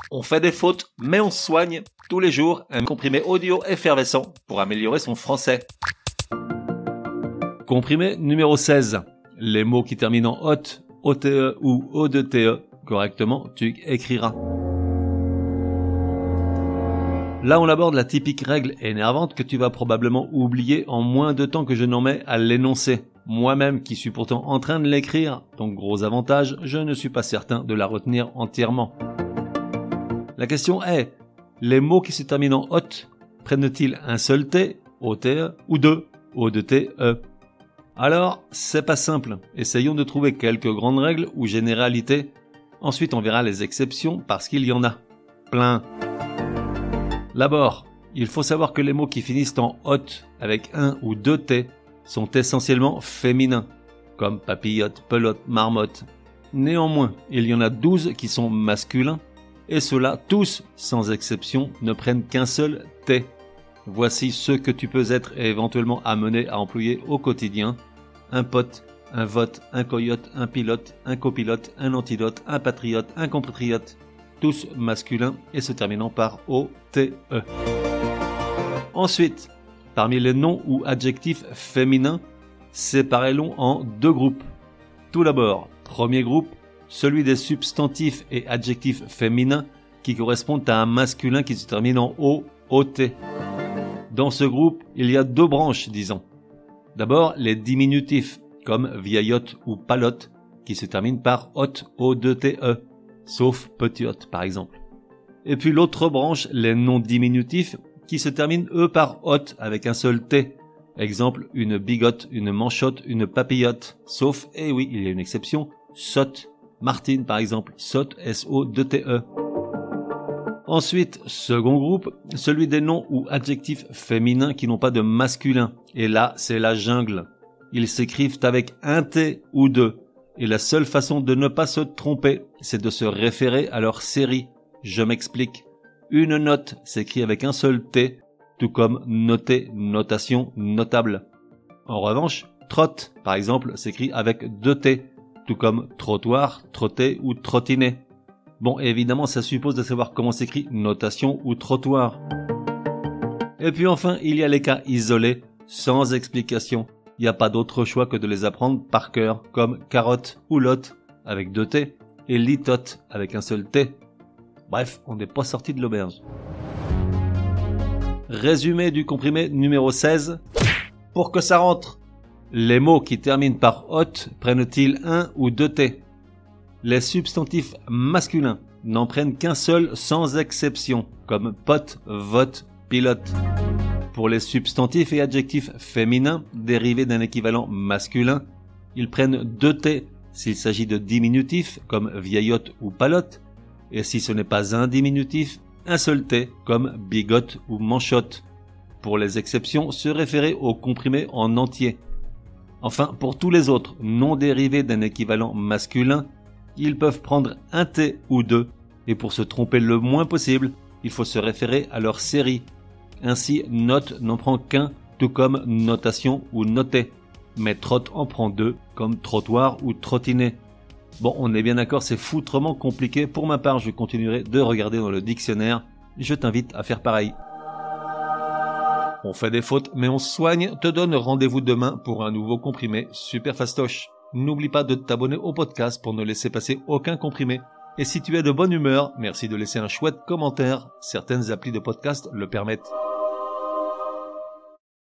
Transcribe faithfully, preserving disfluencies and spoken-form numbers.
On fait des fautes, mais on soigne. Tous les jours, un comprimé audio effervescent pour améliorer son français. Comprimé numéro seize. Les mots qui terminent en ot, ote ou odte, correctement, tu écriras. Là, on aborde la typique règle énervante que tu vas probablement oublier en moins de temps que je n'en mets à l'énoncer. Moi-même qui suis pourtant en train de l'écrire, donc gros avantage, je ne suis pas certain de la retenir entièrement. La question est, les mots qui se terminent en ot prennent-ils un seul T, ote, ou deux, odte? Alors, c'est pas simple. Essayons de trouver quelques grandes règles ou généralités. Ensuite, on verra les exceptions parce qu'il y en a plein. D'abord, il faut savoir que les mots qui finissent en ot avec un ou deux T sont essentiellement féminins, comme papillote, pelote, marmotte. Néanmoins, il y en a douze qui sont masculins, et ceux-là, tous, sans exception, ne prennent qu'un seul T. Voici ceux que tu peux être éventuellement amené à employer au quotidien. Un pote, un vote, un coyote, un pilote, un copilote, un antidote, un patriote, un compatriote. Tous masculins et se terminant par O T E. Ensuite, parmi les noms ou adjectifs féminins, séparez-les en deux groupes. Tout d'abord, premier groupe, celui des substantifs et adjectifs féminins qui correspondent à un masculin qui se termine en O, O T. Dans ce groupe, il y a deux branches, disons. D'abord, les diminutifs, comme vieillotte ou palotte, qui se terminent par ot, O deux T E, sauf petiote par exemple. Et puis l'autre branche, les noms diminutifs, qui se terminent eux par ot avec un seul T. Exemple, une bigote, une manchotte, une papillote, sauf, et oui, il y a une exception, sotte. Martine par exemple, sotte, S O deux T E. Ensuite, second groupe, celui des noms ou adjectifs féminins qui n'ont pas de masculin. Et là, c'est la jungle. Ils s'écrivent avec un T ou deux. Et la seule façon de ne pas se tromper, c'est de se référer à leur série. Je m'explique. Une note s'écrit avec un seul T, tout comme noter, notation, notable. En revanche, trotte, par exemple, s'écrit avec deux T, tout comme trottoir, trotter ou trottiner. Bon, évidemment, ça suppose de savoir comment s'écrit notation ou trottoir. Et puis enfin, il y a les cas isolés, sans explication. Il n'y a pas d'autre choix que de les apprendre par cœur, comme carotte ou lotte, avec deux T, et litote, avec un seul T. Bref, on n'est pas sorti de l'auberge. Résumé du comprimé numéro seize. Pour que ça rentre, les mots qui terminent par ot prennent-ils un ou deux T? Les substantifs masculins n'en prennent qu'un seul sans exception, comme pote, vote, pilote. Pour les substantifs et adjectifs féminins dérivés d'un équivalent masculin, ils prennent deux T s'il s'agit de diminutifs comme vieillotte ou palotte, et si ce n'est pas un diminutif, un seul T comme bigote ou manchotte. Pour les exceptions, se référer au comprimé en entier. Enfin, pour tous les autres non dérivés d'un équivalent masculin, ils peuvent prendre un T ou deux, et pour se tromper le moins possible, il faut se référer à leur série. Ainsi, note n'en prend qu'un, tout comme notation ou noter. Mais trotte en prend deux, comme trottoir ou trottiner. Bon, on est bien d'accord, c'est foutrement compliqué. Pour ma part, je continuerai de regarder dans le dictionnaire. Je t'invite à faire pareil. On fait des fautes, mais on se soigne. Te donne rendez-vous demain pour un nouveau comprimé super fastoche. N'oublie pas de t'abonner au podcast pour ne laisser passer aucun comprimé. Et si tu es de bonne humeur, merci de laisser un chouette commentaire. Certaines applis de podcast le permettent.